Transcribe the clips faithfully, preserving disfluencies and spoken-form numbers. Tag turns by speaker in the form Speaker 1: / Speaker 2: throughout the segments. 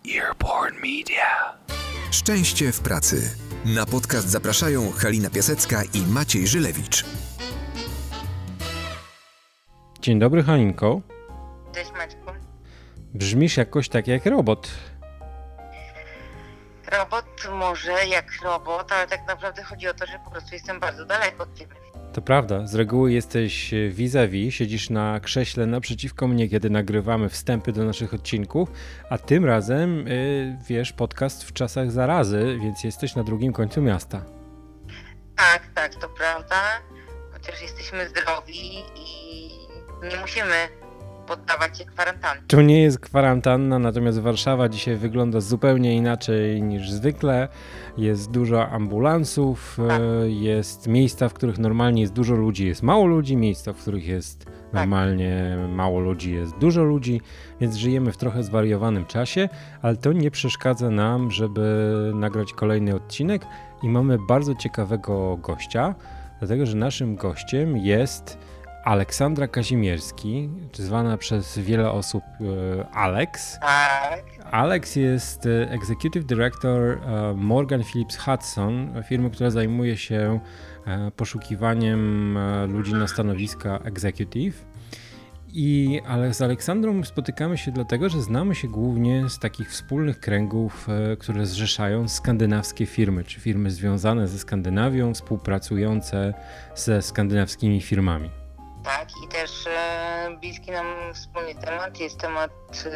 Speaker 1: Earborn Media.
Speaker 2: Szczęście w pracy. Na podcast zapraszają Halina Piasecka i Maciej Żylewicz.
Speaker 3: Dzień dobry, Halinko.
Speaker 4: Cześć, Maćku.
Speaker 3: Brzmisz jakoś tak jak robot.
Speaker 4: Robot może jak robot, ale tak naprawdę chodzi o to, że po prostu jestem bardzo daleko od ciebie.
Speaker 3: To prawda, z reguły jesteś vis-a-vis, siedzisz na krześle naprzeciwko mnie, kiedy nagrywamy wstępy do naszych odcinków, a tym razem, yy, wiesz, podcast w czasach zarazy, więc jesteś na drugim końcu miasta.
Speaker 4: Tak, tak, to prawda, chociaż jesteśmy zdrowi i nie musimy poddawać się kwarantannie.
Speaker 3: To nie jest kwarantanna, natomiast Warszawa dzisiaj wygląda zupełnie inaczej niż zwykle. Jest dużo ambulansów, tak. Jest miejsca, w których normalnie jest dużo ludzi, jest mało ludzi, miejsca, w których jest normalnie tak. mało ludzi, jest dużo ludzi, więc żyjemy w trochę zwariowanym czasie, ale to nie przeszkadza nam, żeby nagrać kolejny odcinek i mamy bardzo ciekawego gościa, dlatego że naszym gościem jest Aleksandra Kazimierski, zwana przez wiele osób Alex.
Speaker 4: Tak.
Speaker 3: Alex jest Executive Director Morgan Phillips Hudson, firmy, która zajmuje się poszukiwaniem ludzi na stanowiska executive. I ale z Aleksandrą spotykamy się dlatego, że znamy się głównie z takich wspólnych kręgów, które zrzeszają skandynawskie firmy, czy firmy związane ze Skandynawią, współpracujące ze skandynawskimi firmami.
Speaker 4: Tak, i też e, bliski nam wspólny temat jest temat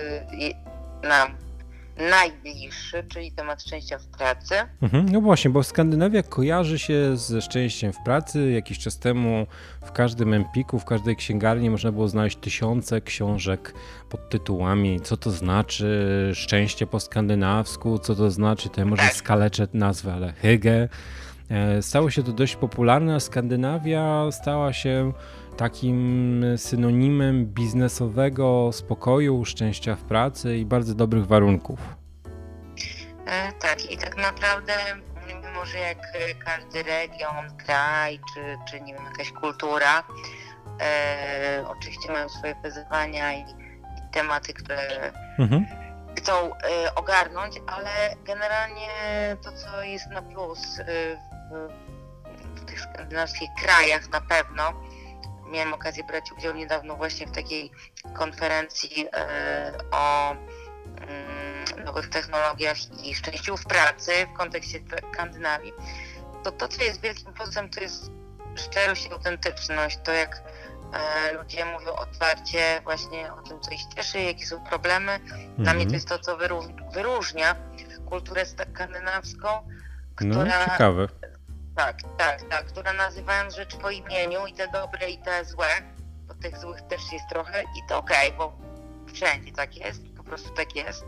Speaker 4: e, nam najbliższy, czyli temat szczęścia w pracy.
Speaker 3: Mhm, no właśnie, bo Skandynawia kojarzy się ze szczęściem w pracy. Jakiś czas temu w każdym empiku, w każdej księgarni można było znaleźć tysiące książek pod tytułami, co to znaczy szczęście po skandynawsku, co to znaczy, to może
Speaker 4: tak.
Speaker 3: skaleczę nazwę, ale hygge. Stało się to dość popularne, a Skandynawia stała się takim synonimem biznesowego spokoju, szczęścia w pracy i bardzo dobrych warunków.
Speaker 4: E, tak, i tak naprawdę mimo, że jak każdy region, kraj, czy, czy nie wiem, jakaś kultura, e, oczywiście mają swoje wyzwania i, i tematy, które mhm. chcą e, ogarnąć, ale generalnie to, co jest na plus e, w, w tych skandynawskich krajach na pewno. Miałem okazję brać udział niedawno właśnie w takiej konferencji e, o mm, nowych technologiach i szczęściu w pracy w kontekście Skandynawii. To to, co jest wielkim plusem, to jest szczerość i autentyczność. To jak e, ludzie mówią otwarcie właśnie o tym, co ich cieszy, jakie są problemy. Mm-hmm. Dla mnie to jest to, co wyróż- wyróżnia kulturę skandynawską, która...
Speaker 3: No, ciekawe.
Speaker 4: Tak, tak, tak, które nazywają rzeczy po imieniu i te dobre i te złe, bo tych złych też jest trochę i to okej, okay, bo wszędzie tak jest, po prostu tak jest.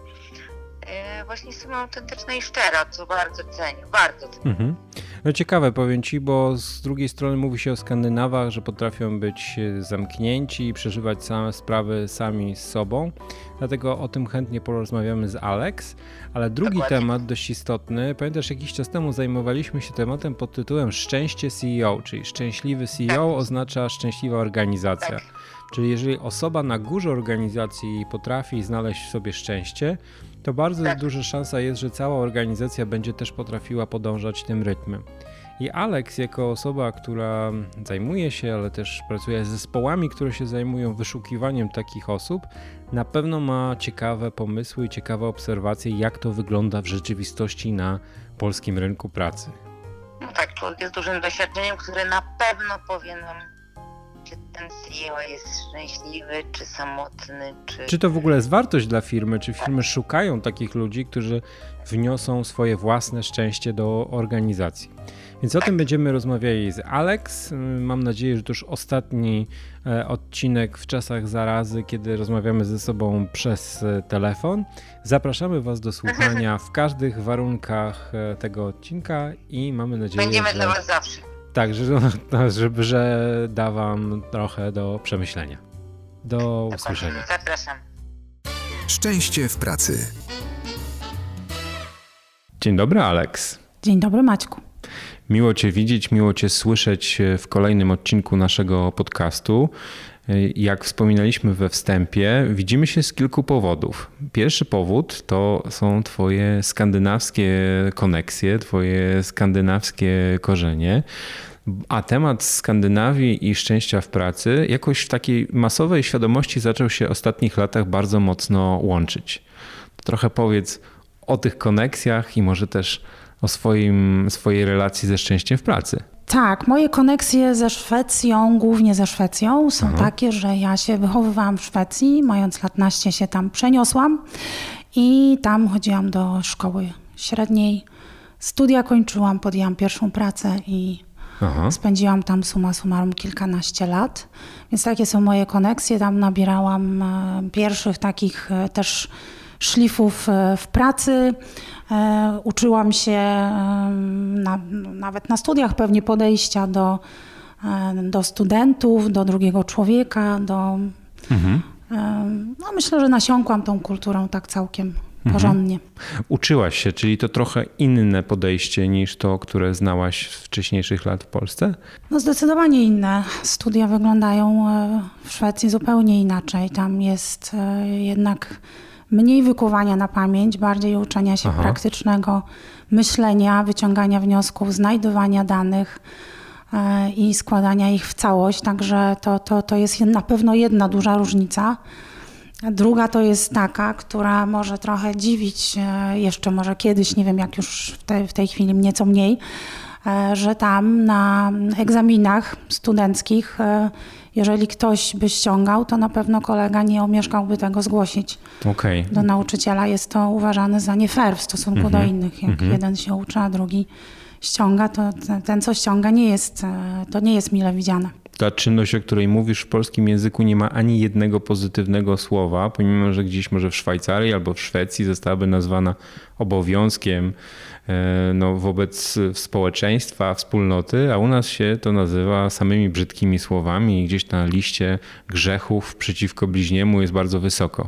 Speaker 4: Yy, właśnie są autentyczne i szczera, co bardzo cenię, bardzo cenię. Mhm.
Speaker 3: No ciekawe, powiem Ci, bo z drugiej strony mówi się o Skandynawach, że potrafią być zamknięci i przeżywać same sprawy sami z sobą, dlatego o tym chętnie porozmawiamy z Alex, ale drugi Dokładnie. temat dość istotny, pamiętasz, jakiś czas temu zajmowaliśmy się tematem pod tytułem Szczęście C E O, czyli szczęśliwy C E O tak. oznacza szczęśliwa organizacja. Tak. Czyli jeżeli osoba na górze organizacji potrafi znaleźć w sobie szczęście, to bardzo tak. duża szansa jest, że cała organizacja będzie też potrafiła podążać tym rytmem. I Alex jako osoba, która zajmuje się, ale też pracuje z zespołami, które się zajmują wyszukiwaniem takich osób, na pewno ma ciekawe pomysły i ciekawe obserwacje, jak to wygląda w rzeczywistości na polskim rynku pracy.
Speaker 4: No tak, człowiek jest dużym doświadczeniem, który na pewno powie nam, czy ten C E O jest szczęśliwy, czy samotny, czy...
Speaker 3: Czy to w ogóle jest wartość dla firmy? Czy firmy szukają takich ludzi, którzy wniosą swoje własne szczęście do organizacji? Więc o tym będziemy rozmawiali z Alex. Mam nadzieję, że to już ostatni odcinek w czasach zarazy, kiedy rozmawiamy ze sobą przez telefon. Zapraszamy Was do słuchania w każdych warunkach tego odcinka i mamy nadzieję,
Speaker 4: Będziemy
Speaker 3: że...
Speaker 4: dla Was zawsze.
Speaker 3: Tak, że, żeby, że da Wam trochę do przemyślenia. Do usłyszenia.
Speaker 4: Zapraszam.
Speaker 2: Szczęście w pracy.
Speaker 3: Dzień dobry, Alex.
Speaker 5: Dzień dobry, Maćku.
Speaker 3: Miło Cię widzieć, miło Cię słyszeć w kolejnym odcinku naszego podcastu. Jak wspominaliśmy we wstępie, widzimy się z kilku powodów. Pierwszy powód to są twoje skandynawskie koneksje, twoje skandynawskie korzenie. A temat Skandynawii i szczęścia w pracy jakoś w takiej masowej świadomości zaczął się w ostatnich latach bardzo mocno łączyć. Trochę powiedz o tych koneksjach i może też o swoim, swojej relacji ze szczęściem w pracy.
Speaker 5: Tak, moje koneksje ze Szwecją, głównie ze Szwecją, są
Speaker 3: Aha.
Speaker 5: takie, że ja się wychowywałam w Szwecji, mając lat naście się tam przeniosłam i tam chodziłam do szkoły średniej. Studia kończyłam, podjęłam pierwszą pracę i Aha. spędziłam tam summa summarum kilkanaście lat. Więc takie są moje koneksje. Tam nabierałam pierwszych takich też szlifów w pracy. Uczyłam się na, nawet na studiach pewnie podejścia do, do studentów, do drugiego człowieka, do... Mhm. No myślę, że nasiąkłam tą kulturą tak całkiem porządnie.
Speaker 3: Mhm. Uczyłaś się, czyli to trochę inne podejście niż to, które znałaś z wcześniejszych lat w Polsce?
Speaker 5: No zdecydowanie inne. Studia wyglądają w Szwecji zupełnie inaczej. Tam jest jednak mniej wykuwania na pamięć, bardziej uczenia się Aha. praktycznego myślenia, wyciągania wniosków, znajdowania danych i składania ich w całość. Także to, to, to jest na pewno jedna duża różnica. Druga to jest taka, która może trochę dziwić, jeszcze może kiedyś, nie wiem jak już w tej, w tej chwili nieco mniej, że tam na egzaminach studenckich, jeżeli ktoś by ściągał, to na pewno kolega nie omieszkałby tego zgłosić okay. do nauczyciela. Jest to uważane za nie fair w stosunku mm-hmm. do innych. Jak mm-hmm. jeden się uczy, a drugi ściąga, to ten, co ściąga, nie jest, to nie jest mile widziane.
Speaker 3: Ta czynność, o której mówisz w polskim języku, nie ma ani jednego pozytywnego słowa, pomimo że gdzieś może w Szwajcarii albo w Szwecji zostałaby nazwana obowiązkiem no, wobec społeczeństwa, wspólnoty, a u nas się to nazywa samymi brzydkimi słowami i gdzieś na liście grzechów przeciwko bliźniemu jest bardzo wysoko.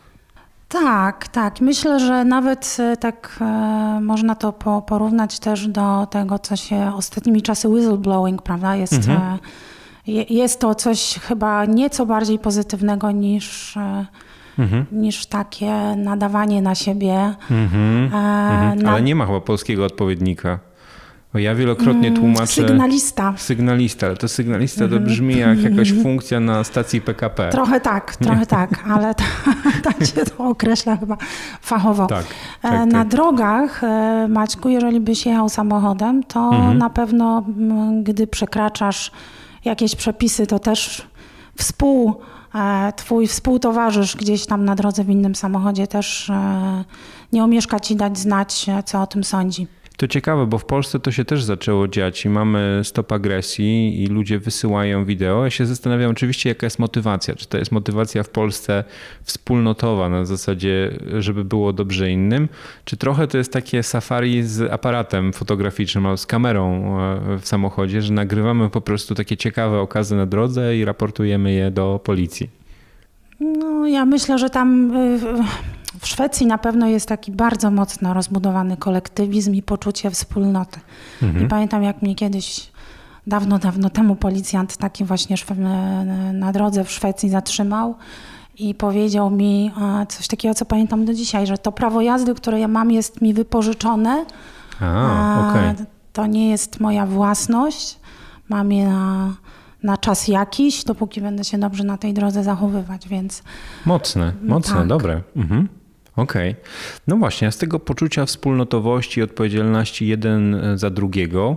Speaker 5: Tak, tak. Myślę, że nawet tak e, można to po, porównać też do tego, co się ostatnimi czasy whistleblowing, prawda, jest... Mhm. E, Jest to coś chyba nieco bardziej pozytywnego niż, mhm. niż takie nadawanie na siebie. Mhm.
Speaker 3: E, na... Ale nie ma chyba polskiego odpowiednika. Bo ja wielokrotnie tłumaczę...
Speaker 5: Sygnalista.
Speaker 3: Sygnalista, ale to sygnalista to brzmi jak jakaś funkcja na stacji P K P.
Speaker 5: Trochę tak, trochę tak, ale tak się to określa chyba fachowo. Tak, tak, tak. Na drogach, Maćku, jeżeli byś jechał samochodem, to mhm. na pewno gdy przekraczasz jakieś przepisy, to też współ, twój współtowarzysz gdzieś tam na drodze w innym samochodzie też nie omieszka ci dać znać, co o tym sądzi.
Speaker 3: To ciekawe, bo w Polsce to się też zaczęło dziać i mamy stop agresji i ludzie wysyłają wideo. Ja się zastanawiam oczywiście, jaka jest motywacja. Czy to jest motywacja w Polsce wspólnotowa na zasadzie, żeby było dobrze innym, czy trochę to jest takie safari z aparatem fotograficznym albo z kamerą w samochodzie, że nagrywamy po prostu takie ciekawe okazy na drodze i raportujemy je do policji?
Speaker 5: No ja myślę, że tam... W Szwecji na pewno jest taki bardzo mocno rozbudowany kolektywizm i poczucie wspólnoty. Mhm. I pamiętam, jak mnie kiedyś, dawno, dawno temu policjant taki właśnie na drodze w Szwecji zatrzymał i powiedział mi coś takiego, co pamiętam do dzisiaj, że to prawo jazdy, które ja mam, jest mi wypożyczone.
Speaker 3: A, okay.
Speaker 5: To nie jest moja własność. Mam je na... na czas jakiś, dopóki będę się dobrze na tej drodze zachowywać, więc...
Speaker 3: Mocne, mocne, tak. Dobre. Mhm. Okej. Okay. No właśnie, a z tego poczucia wspólnotowości i odpowiedzialności jeden za drugiego,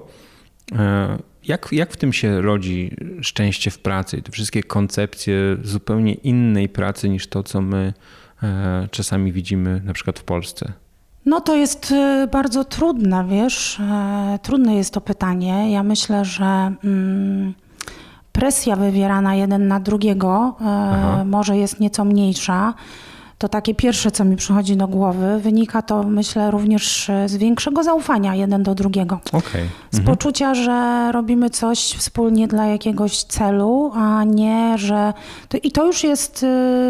Speaker 3: jak, jak w tym się rodzi szczęście w pracy? Te wszystkie koncepcje zupełnie innej pracy niż to, co my czasami widzimy na przykład w Polsce.
Speaker 5: No to jest bardzo trudne, wiesz, trudne jest to pytanie. Ja myślę, że... Mm, presja wywierana jeden na drugiego e, może jest nieco mniejsza. To takie pierwsze, co mi przychodzi do głowy. Wynika to, myślę, również z większego zaufania jeden do drugiego.
Speaker 3: Okay.
Speaker 5: Z mhm. poczucia, że robimy coś wspólnie dla jakiegoś celu, a nie, że... To, i to już jest,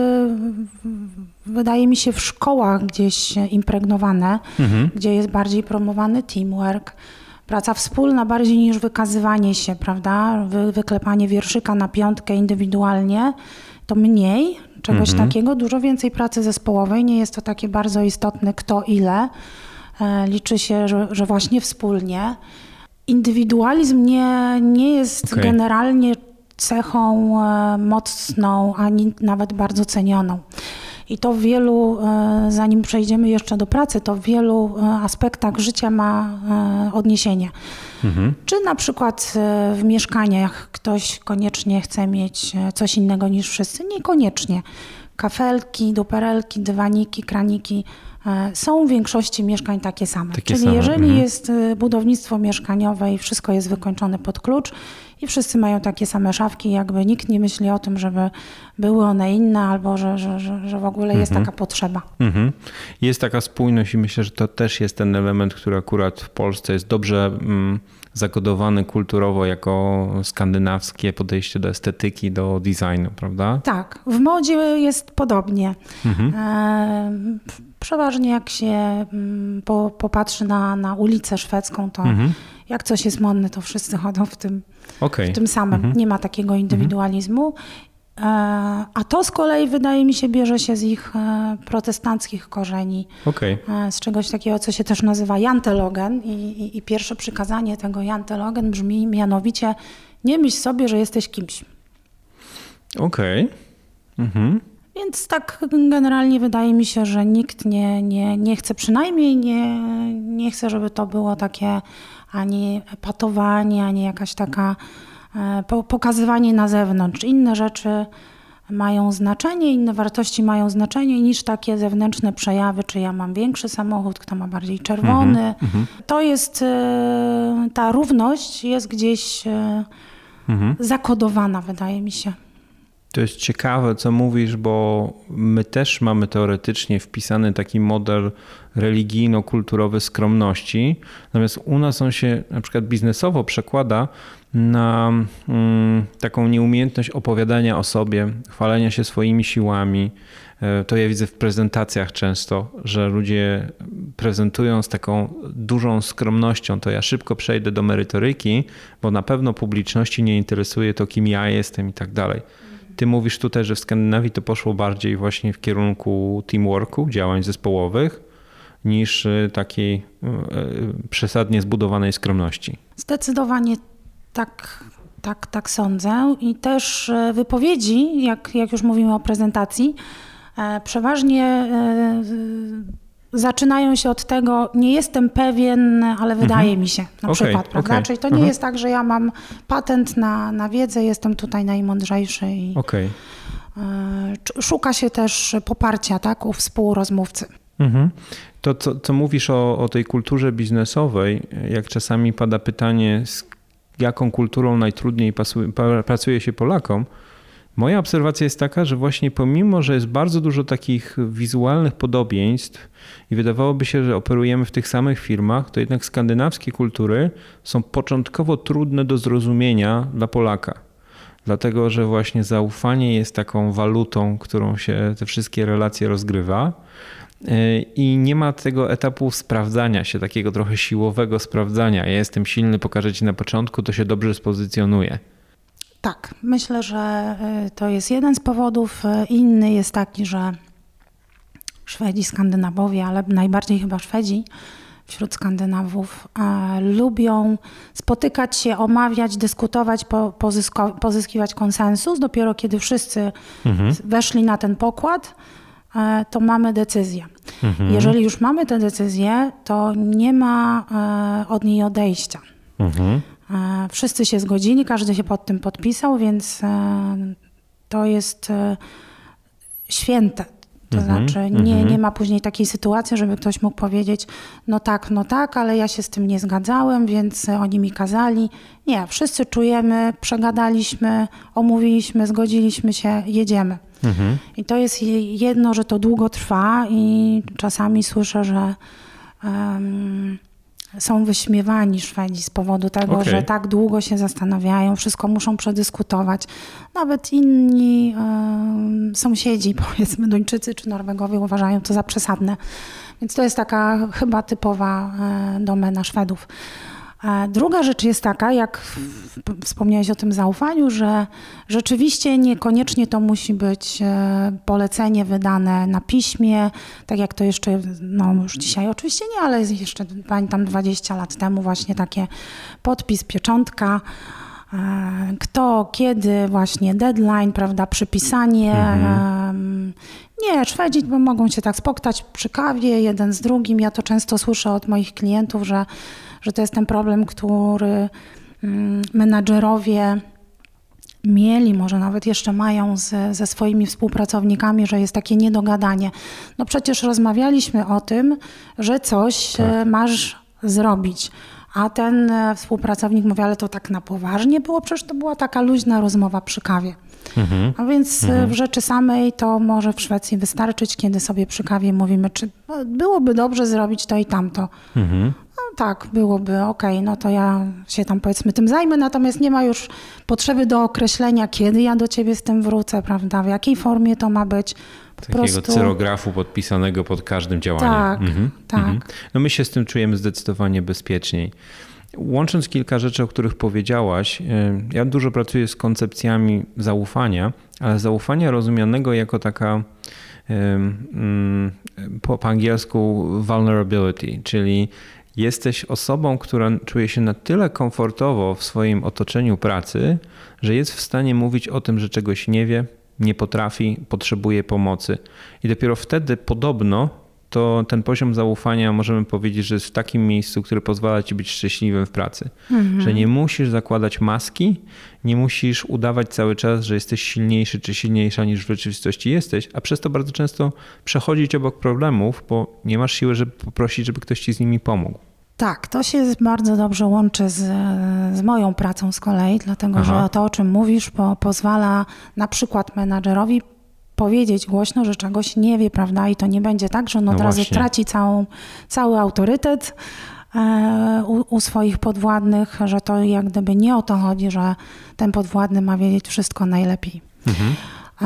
Speaker 5: wydaje mi się, w szkołach gdzieś impregnowane, mhm. gdzie jest bardziej promowany teamwork, praca wspólna bardziej niż wykazywanie się, prawda? Wy, wyklepanie wierszyka na piątkę indywidualnie to mniej czegoś mhm. takiego, dużo więcej pracy zespołowej. Nie jest to takie bardzo istotne kto ile. Liczy się, że, że właśnie wspólnie. Indywidualizm nie, nie jest okay. generalnie cechą mocną, ani nawet bardzo cenioną. I to w wielu, zanim przejdziemy jeszcze do pracy, to w wielu aspektach życia ma odniesienie. Mhm. Czy na przykład w mieszkaniach ktoś koniecznie chce mieć coś innego niż wszyscy? Niekoniecznie. Kafelki, duperelki, dywaniki, kraniki są w większości mieszkań takie same. Takie Czyli same. jeżeli mhm. jest budownictwo mieszkaniowe i wszystko jest wykończone pod klucz i wszyscy mają takie same szafki, jakby nikt nie myśli o tym, żeby były one inne albo że, że, że, że w ogóle mhm. jest taka potrzeba.
Speaker 3: Mhm. Jest taka spójność i myślę, że to też jest ten element, który akurat w Polsce jest dobrze mm, zakodowany kulturowo jako skandynawskie podejście do estetyki, do designu, prawda?
Speaker 5: Tak. W modzie jest podobnie. Mhm. E, Przeważnie jak się po, popatrzy na, na ulicę szwedzką, to mhm. jak coś jest modne, to wszyscy chodzą w tym, okay. w tym samym. Mhm. Nie ma takiego indywidualizmu. A to z kolei wydaje mi się bierze się z ich protestanckich korzeni. Okay. Z czegoś takiego, co się też nazywa jantelogen. I, i, i pierwsze przykazanie tego jantelogen brzmi mianowicie: nie myśl sobie, że jesteś kimś.
Speaker 3: Okej. Okay. Mhm.
Speaker 5: Więc tak generalnie wydaje mi się, że nikt nie, nie, nie chce, przynajmniej nie, nie chce, żeby to było takie ani epatowanie, ani jakaś taka e, pokazywanie na zewnątrz. Inne rzeczy mają znaczenie, inne wartości mają znaczenie niż takie zewnętrzne przejawy, czy ja mam większy samochód, kto ma bardziej czerwony. Mm-hmm. To jest, e, ta równość jest gdzieś e, mm-hmm. zakodowana, wydaje mi się.
Speaker 3: To jest ciekawe, co mówisz, bo my też mamy teoretycznie wpisany taki model religijno-kulturowy skromności, natomiast u nas on się na przykład biznesowo przekłada na mm, taką nieumiejętność opowiadania o sobie, chwalenia się swoimi siłami. To ja widzę w prezentacjach często, że ludzie prezentują z taką dużą skromnością. To ja szybko przejdę do merytoryki, bo na pewno publiczności nie interesuje to, kim ja jestem i tak dalej. Ty mówisz tutaj, że w Skandynawii to poszło bardziej właśnie w kierunku teamworku, działań zespołowych, niż takiej przesadnie zbudowanej skromności.
Speaker 5: Zdecydowanie tak, tak, tak sądzę. I też wypowiedzi, jak, jak już mówimy o prezentacji, przeważnie zaczynają się od tego: nie jestem pewien, ale wydaje mhm. mi się, na okay, przykład, prawda? Okay. Czyli to nie mhm. jest tak, że ja mam patent na, na wiedzę, jestem tutaj najmądrzejszy i okay. szuka się też poparcia, tak, u współrozmówcy.
Speaker 3: Mhm. To, co, co mówisz o, o tej kulturze biznesowej, jak czasami pada pytanie, z jaką kulturą najtrudniej pasuje, pracuje się Polakom, moja obserwacja jest taka, że właśnie pomimo, że jest bardzo dużo takich wizualnych podobieństw i wydawałoby się, że operujemy w tych samych firmach, to jednak skandynawskie kultury są początkowo trudne do zrozumienia dla Polaka. Dlatego, że właśnie zaufanie jest taką walutą, którą się te wszystkie relacje rozgrywa. I nie ma tego etapu sprawdzania się, takiego trochę siłowego sprawdzania. Ja jestem silny, pokażę ci na początku, to się dobrze spozycjonuje.
Speaker 5: Tak, myślę, że to jest jeden z powodów. Inny jest taki, że Szwedzi, Skandynawowie, ale najbardziej chyba Szwedzi wśród Skandynawów lubią spotykać się, omawiać, dyskutować, pozysko- pozyskiwać konsensus. Dopiero kiedy wszyscy mhm. weszli na ten pokład, to mamy decyzję. Mhm. Jeżeli już mamy tę decyzję, to nie ma od niej odejścia. Mhm. Wszyscy się zgodzili, każdy się pod tym podpisał, więc to jest święte. To mm-hmm, znaczy nie, mm-hmm. nie ma później takiej sytuacji, żeby ktoś mógł powiedzieć: no tak, no tak, ale ja się z tym nie zgadzałem, więc oni mi kazali. Nie, wszyscy czujemy, przegadaliśmy, omówiliśmy, zgodziliśmy się, jedziemy. Mm-hmm. I to jest jedno, że to długo trwa i czasami słyszę, że um, są wyśmiewani Szwedzi z powodu tego, okay. że tak długo się zastanawiają, wszystko muszą przedyskutować. Nawet inni y, sąsiedzi, powiedzmy Duńczycy czy Norwegowie, uważają to za przesadne. Więc to jest taka chyba typowa y, domena Szwedów. Druga rzecz jest taka, jak wspomniałeś o tym zaufaniu, że rzeczywiście niekoniecznie to musi być polecenie wydane na piśmie, tak jak to jeszcze, no już dzisiaj oczywiście nie, ale jeszcze pamiętam dwadzieścia lat temu właśnie takie podpis, pieczątka, kto, kiedy, właśnie deadline, prawda, przypisanie. Mhm. Nie, Szwedzi mogą się tak spotkać przy kawie jeden z drugim. Ja to często słyszę od moich klientów, że, że to jest ten problem, który menadżerowie mieli, może nawet jeszcze mają z, ze swoimi współpracownikami, że jest takie niedogadanie. No przecież rozmawialiśmy o tym, że coś tak. masz zrobić. A ten współpracownik mówi, ale to tak na poważnie było, przecież to była taka luźna rozmowa przy kawie. Mhm. A więc mhm. w rzeczy samej to może w Szwecji wystarczyć, kiedy sobie przy kawie mówimy, czy byłoby dobrze zrobić to i tamto. Mhm. No tak, byłoby, okej, okay, no to ja się tam powiedzmy tym zajmę, natomiast nie ma już potrzeby do określenia, kiedy ja do ciebie z tym wrócę, prawda, w jakiej formie to ma być. Po
Speaker 3: Takiego
Speaker 5: prostu...
Speaker 3: cyrografu podpisanego pod każdym działaniem.
Speaker 5: Tak,
Speaker 3: mhm.
Speaker 5: tak.
Speaker 3: Mhm. No my się z tym czujemy zdecydowanie bezpieczniej. Łącząc kilka rzeczy, o których powiedziałaś, ja dużo pracuję z koncepcjami zaufania, ale zaufania rozumianego jako taka po, po angielsku vulnerability, czyli jesteś osobą, która czuje się na tyle komfortowo w swoim otoczeniu pracy, że jest w stanie mówić o tym, że czegoś nie wie, nie potrafi, potrzebuje pomocy. I dopiero wtedy podobno to ten poziom zaufania możemy powiedzieć, że jest w takim miejscu, które pozwala ci być szczęśliwym w pracy. Mhm. Że nie musisz zakładać maski, nie musisz udawać cały czas, że jesteś silniejszy czy silniejsza niż w rzeczywistości jesteś, a przez to bardzo często przechodzić obok problemów, bo nie masz siły, żeby poprosić, żeby ktoś ci z nimi pomógł.
Speaker 5: Tak, to się bardzo dobrze łączy z, z moją pracą z kolei, dlatego Aha. że to, o czym mówisz, po, pozwala na przykład menadżerowi powiedzieć głośno, że czegoś nie wie, prawda? I to nie będzie tak, że on od no razu właśnie. traci całą, cały autorytet e, u, u swoich podwładnych, że to jak gdyby nie o to chodzi, że ten podwładny ma wiedzieć wszystko najlepiej. Mhm.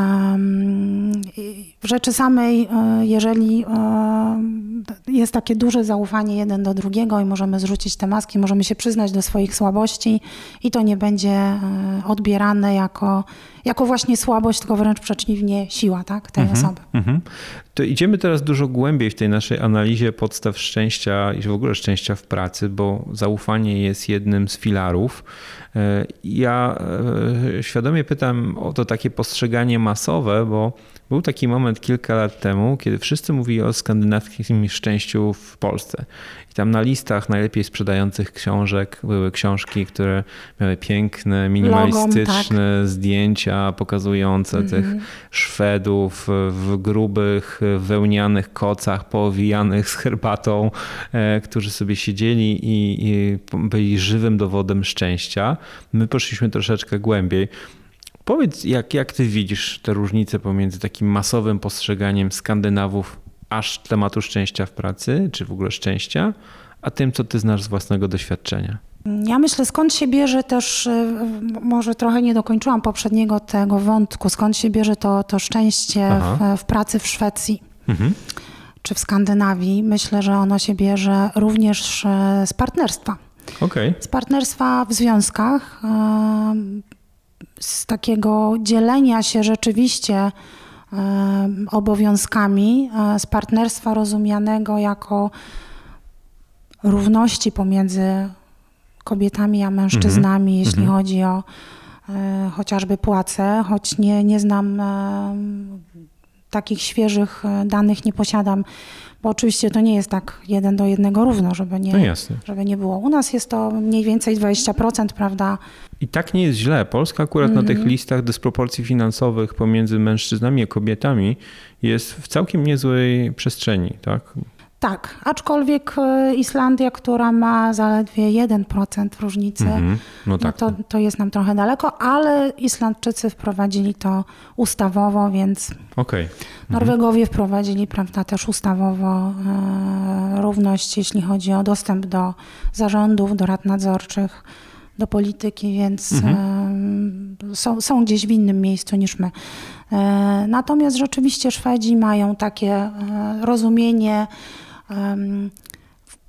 Speaker 5: W rzeczy samej, jeżeli jest takie duże zaufanie jeden do drugiego i możemy zrzucić te maski, możemy się przyznać do swoich słabości i to nie będzie odbierane jako, jako właśnie słabość, tylko wręcz przeciwnie siła, tak, tej mhm, osoby. Mhm.
Speaker 3: To idziemy teraz dużo głębiej w tej naszej analizie podstaw szczęścia i w ogóle szczęścia w pracy, bo zaufanie jest jednym z filarów. Ja świadomie pytam o to takie postrzeganie masowe, bo był taki moment kilka lat temu, kiedy wszyscy mówili o skandynawskim szczęściu w Polsce. I tam na listach najlepiej sprzedających książek były książki, które miały piękne, minimalistyczne Logom, tak. zdjęcia pokazujące mm-hmm. tych Szwedów w grubych, wełnianych kocach poowijanych z herbatą, e, którzy sobie siedzieli i, i byli żywym dowodem szczęścia. My poszliśmy troszeczkę głębiej. Powiedz, jak, jak ty widzisz te różnice pomiędzy takim masowym postrzeganiem Skandynawów aż tematu szczęścia w pracy, czy w ogóle szczęścia, a tym, co ty znasz z własnego doświadczenia?
Speaker 5: Ja myślę, skąd się bierze też, może trochę nie dokończyłam poprzedniego tego wątku, skąd się bierze to, to szczęście w, w pracy w Szwecji mhm. czy w Skandynawii. Myślę, że ono się bierze również z partnerstwa.
Speaker 3: Okay.
Speaker 5: Z partnerstwa w związkach, z takiego dzielenia się rzeczywiście obowiązkami, z partnerstwa rozumianego jako równości pomiędzy kobietami a mężczyznami, mm-hmm. jeśli mm-hmm. chodzi o e, chociażby płace, choć nie, nie znam e, takich świeżych danych, nie posiadam, bo oczywiście to nie jest tak jeden do jednego równo, żeby nie,
Speaker 3: no
Speaker 5: żeby nie było. U nas jest to mniej więcej dwadzieścia procent, prawda?
Speaker 3: I tak nie jest źle. Polska akurat mm-hmm. na tych listach dysproporcji finansowych pomiędzy mężczyznami a kobietami jest w całkiem niezłej przestrzeni, tak?
Speaker 5: Tak, aczkolwiek Islandia, która ma zaledwie jeden procent różnicy, mm-hmm. no tak. no to, to jest nam trochę daleko, ale Islandczycy wprowadzili to ustawowo, więc okay. mm-hmm. Norwegowie wprowadzili, prawda, też ustawowo e, równość, jeśli chodzi o dostęp do zarządów, do rad nadzorczych, do polityki, więc mm-hmm. e, są, są gdzieś w innym miejscu niż my. E, natomiast rzeczywiście Szwedzi mają takie e, rozumienie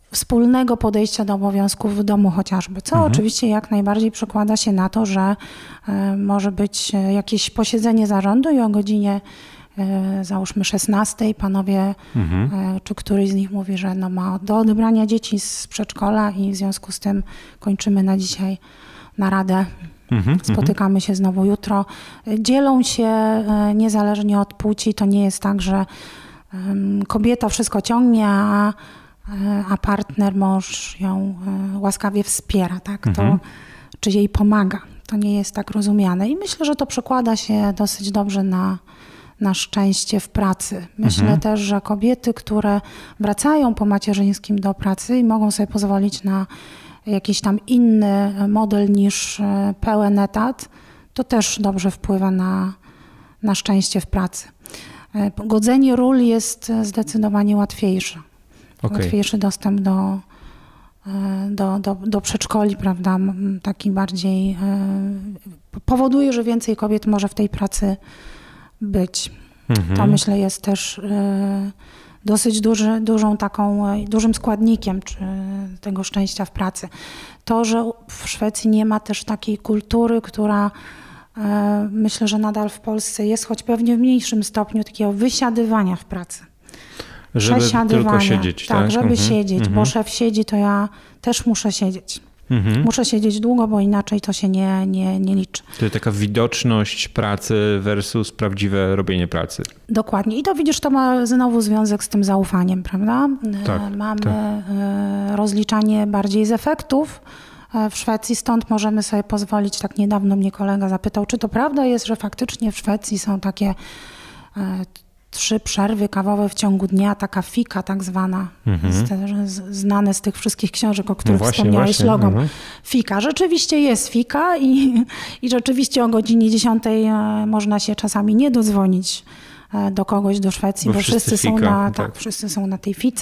Speaker 5: wspólnego podejścia do obowiązków w domu chociażby, co mhm. oczywiście jak najbardziej przekłada się na to, że y, może być jakieś posiedzenie zarządu i o godzinie y, załóżmy szesnastej panowie, mhm. y, czy któryś z nich mówi, że no ma do odebrania dzieci z przedszkola i w związku z tym kończymy na dzisiaj naradę. Mhm, Spotykamy się znowu jutro. Dzielą się y, niezależnie od płci. To nie jest tak, że y, kobieta wszystko ciągnie, a a partner, mąż ją łaskawie wspiera, tak? To, mhm. czy jej pomaga. To nie jest tak rozumiane. I myślę, że to przekłada się dosyć dobrze na, na szczęście w pracy. Myślę mhm. też, że kobiety, które wracają po macierzyńskim do pracy i mogą sobie pozwolić na jakiś tam inny model niż pełen etat, to też dobrze wpływa na, na szczęście w pracy. Godzenie ról jest zdecydowanie łatwiejsze. Okay. Łatwiejszy dostęp do, do, do, do przedszkoli, prawda, taki bardziej powoduje, że więcej kobiet może w tej pracy być. Mm-hmm. To myślę jest też dosyć duży, dużą taką, dużym składnikiem czy tego szczęścia w pracy. To, że w Szwecji nie ma też takiej kultury, która myślę, że nadal w Polsce jest, choć pewnie w mniejszym stopniu, takiego wysiadywania w pracy.
Speaker 3: Żeby tylko siedzieć, tak?
Speaker 5: Tak, żeby
Speaker 3: mhm.
Speaker 5: siedzieć, mhm. bo szef siedzi, to ja też muszę siedzieć. Mhm. Muszę siedzieć długo, bo inaczej to się nie, nie, nie liczy.
Speaker 3: To jest taka widoczność pracy versus prawdziwe robienie pracy.
Speaker 5: Dokładnie. I to widzisz, to ma znowu związek z tym zaufaniem, prawda?
Speaker 3: Tak,
Speaker 5: Mamy
Speaker 3: tak.
Speaker 5: rozliczanie bardziej z efektów w Szwecji, stąd możemy sobie pozwolić. Tak niedawno mnie kolega zapytał, czy to prawda jest, że faktycznie w Szwecji są takie trzy przerwy kawowe w ciągu dnia, taka fika tak zwana, mhm. z, znane z tych wszystkich książek, o których no właśnie, wspomniałeś, właśnie. Logom. Mhm. Fika. Rzeczywiście jest fika i, i rzeczywiście o godzinie dziesiątej można się czasami nie dodzwonić do kogoś do Szwecji, bo, bo wszyscy, wszyscy, są na, tak. Tak, wszyscy są na tej fice.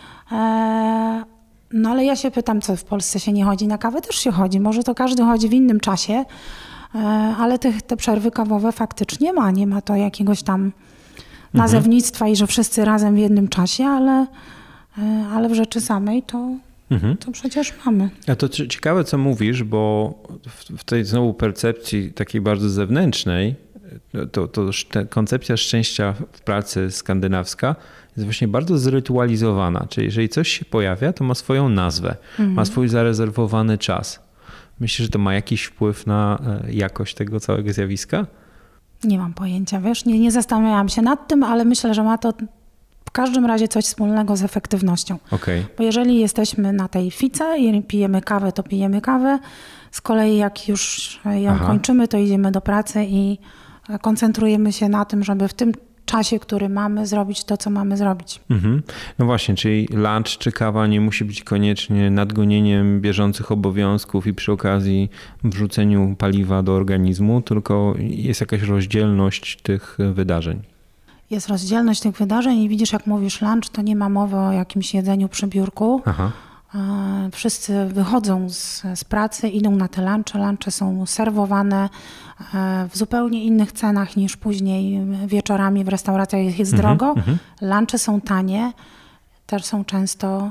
Speaker 5: No ale ja się pytam, co w Polsce się nie chodzi na kawę? Też się chodzi. Może to każdy chodzi w innym czasie, ale te, te przerwy kawowe faktycznie ma. Nie ma to jakiegoś tam nazewnictwa mhm. i że wszyscy razem w jednym czasie, ale, ale w rzeczy samej to, mhm. to przecież mamy.
Speaker 3: A to ciekawe, co mówisz, bo w tej znowu percepcji takiej bardzo zewnętrznej, to, to ta koncepcja szczęścia w pracy skandynawska jest właśnie bardzo zrytualizowana. Czyli jeżeli coś się pojawia, to ma swoją nazwę, mhm. ma swój zarezerwowany czas. Myślisz, że to ma jakiś wpływ na jakość tego całego zjawiska?
Speaker 5: Nie mam pojęcia, wiesz, nie, nie zastanawiałam się nad tym, ale myślę, że ma to w każdym razie coś wspólnego z efektywnością. Okay. Bo jeżeli jesteśmy na tej fice i pijemy kawę, to pijemy kawę. Z kolei jak już ją Aha. kończymy, to idziemy do pracy i koncentrujemy się na tym, żeby w tym czasie, który mamy, zrobić to, co mamy zrobić. Mhm.
Speaker 3: No właśnie, czyli lunch czy kawa nie musi być koniecznie nadgonieniem bieżących obowiązków i przy okazji wrzuceniu paliwa do organizmu, tylko jest jakaś rozdzielność tych wydarzeń.
Speaker 5: Jest rozdzielność tych wydarzeń i widzisz, jak mówisz lunch, to nie ma mowy o jakimś jedzeniu przy biurku. Aha. Wszyscy wychodzą z, z pracy, idą na te lunche. Lunche są serwowane w zupełnie innych cenach niż później wieczorami w restauracjach jest mm-hmm, drogo. Mm-hmm. Lunche są tanie. Też są często,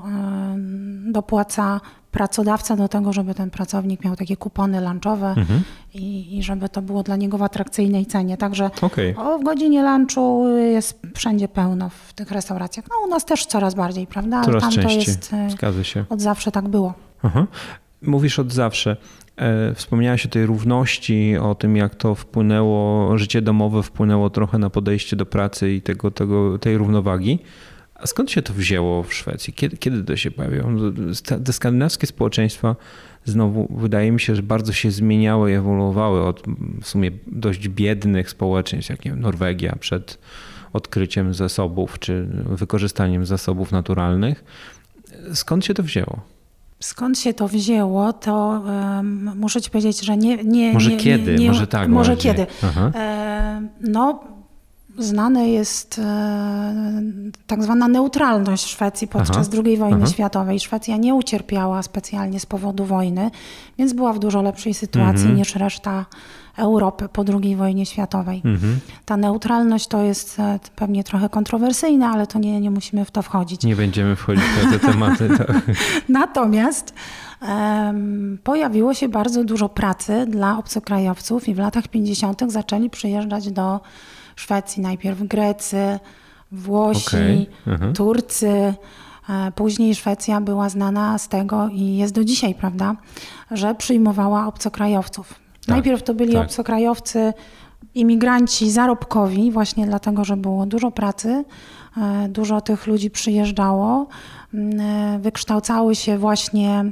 Speaker 5: dopłaca pracodawca do tego, żeby ten pracownik miał takie kupony lunchowe mm-hmm. i, i żeby to było dla niego w atrakcyjnej cenie. Także okay. o, w godzinie lunchu jest wszędzie pełno w tych restauracjach. No u nas też coraz bardziej, prawda? Ale
Speaker 3: coraz
Speaker 5: tam
Speaker 3: częściej.
Speaker 5: To jest,
Speaker 3: Zgadza się.
Speaker 5: Od zawsze tak było.
Speaker 3: Aha. Mówisz od zawsze. Wspomniałaś o tej równości, o tym, jak to wpłynęło, życie domowe wpłynęło trochę na podejście do pracy i tego, tego, tej równowagi. A skąd się to wzięło w Szwecji? Kiedy, kiedy to się pojawiło? Te skandynawskie społeczeństwa znowu wydaje mi się, że bardzo się zmieniały i ewoluowały od w sumie dość biednych społeczeństw, jak nie wiem, Norwegia przed odkryciem zasobów czy wykorzystaniem zasobów naturalnych. Skąd się to wzięło?
Speaker 5: Skąd się to wzięło, to um, muszę ci powiedzieć, że nie... nie
Speaker 3: może
Speaker 5: nie,
Speaker 3: kiedy?
Speaker 5: Nie,
Speaker 3: może tak
Speaker 5: Może
Speaker 3: bardziej.
Speaker 5: kiedy. E, no... znane jest e, tak zwana neutralność Szwecji podczas aha, drugiej wojny aha. światowej. Szwecja nie ucierpiała specjalnie z powodu wojny, więc była w dużo lepszej sytuacji mhm. niż reszta Europy po drugiej wojnie światowej. Mhm. Ta neutralność to jest e, pewnie trochę kontrowersyjne, ale to nie, nie musimy w to wchodzić.
Speaker 3: Nie będziemy wchodzić w te tematy. Tak.
Speaker 5: Natomiast um, pojawiło się bardzo dużo pracy dla obcokrajowców i w latach pięćdziesiątych zaczęli przyjeżdżać do Szwecji. Najpierw Grecy, Włosi, okay. Turcy. Później Szwecja była znana z tego i jest do dzisiaj, prawda, że przyjmowała obcokrajowców. Tak, Najpierw to byli tak. obcokrajowcy, imigranci zarobkowi, właśnie dlatego, że było dużo pracy, dużo tych ludzi przyjeżdżało, wykształcały się właśnie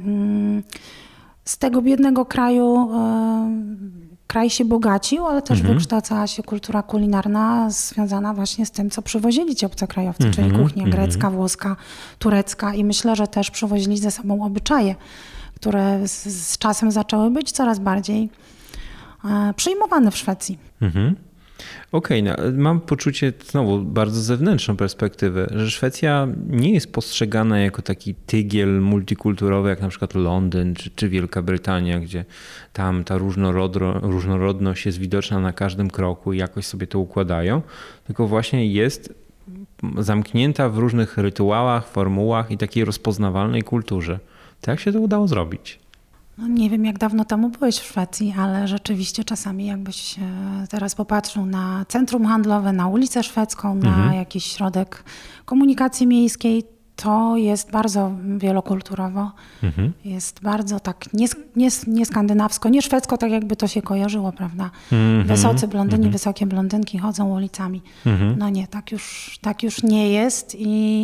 Speaker 5: z tego biednego kraju, kraj się bogacił, ale też mhm. wykształcała się kultura kulinarna związana właśnie z tym, co przywozili ci obcokrajowcy, mhm. czyli kuchnia grecka, mhm. włoska, turecka i myślę, że też przywozili ze sobą obyczaje, które z, z czasem zaczęły być coraz bardziej e, przyjmowane w Szwecji.
Speaker 3: Mhm. Okej, okay, no, mam poczucie, znowu bardzo zewnętrzną perspektywę, że Szwecja nie jest postrzegana jako taki tygiel multikulturowy, jak na przykład Londyn czy, czy Wielka Brytania, gdzie tam ta różnorodro, różnorodność jest widoczna na każdym kroku i jakoś sobie to układają, tylko właśnie jest zamknięta w różnych rytuałach, formułach i takiej rozpoznawalnej kulturze. To jak się to udało zrobić?
Speaker 5: No nie wiem, jak dawno temu byłeś w Szwecji, ale rzeczywiście czasami jakbyś teraz popatrzył na centrum handlowe, na ulicę szwedzką, mhm. na jakiś środek komunikacji miejskiej, to jest bardzo wielokulturowo. Mhm. Jest bardzo tak nie, nie, nie skandynawsko, nie szwedzko, tak jakby to się kojarzyło, prawda? Mhm. Wysocy blondyni, mhm. wysokie blondynki chodzą ulicami. Mhm. No nie, tak już, tak już nie jest i...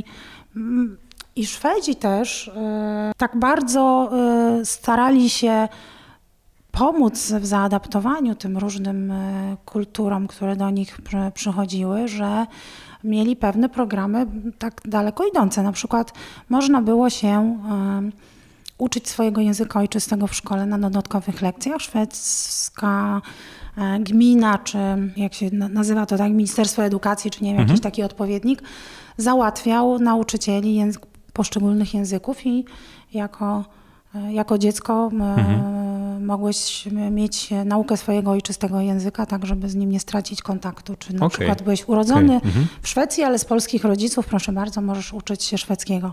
Speaker 5: I Szwedzi też y, tak bardzo y, starali się pomóc w zaadaptowaniu tym różnym y, kulturom, które do nich przy, przychodziły, że mieli pewne programy tak daleko idące. Na przykład można było się y, uczyć swojego języka ojczystego w szkole na dodatkowych lekcjach. Szwedzka y, gmina, czy jak się nazywa to tak, Ministerstwo Edukacji, czy nie wiem, mhm. jakiś taki odpowiednik, załatwiał nauczycieli język poszczególnych języków i jako, jako dziecko mhm. mogłeś mieć naukę swojego ojczystego języka, tak żeby z nim nie stracić kontaktu. Czy na okay. przykład byłeś urodzony okay. mhm. w Szwecji, ale z polskich rodziców, proszę bardzo, możesz uczyć się szwedzkiego.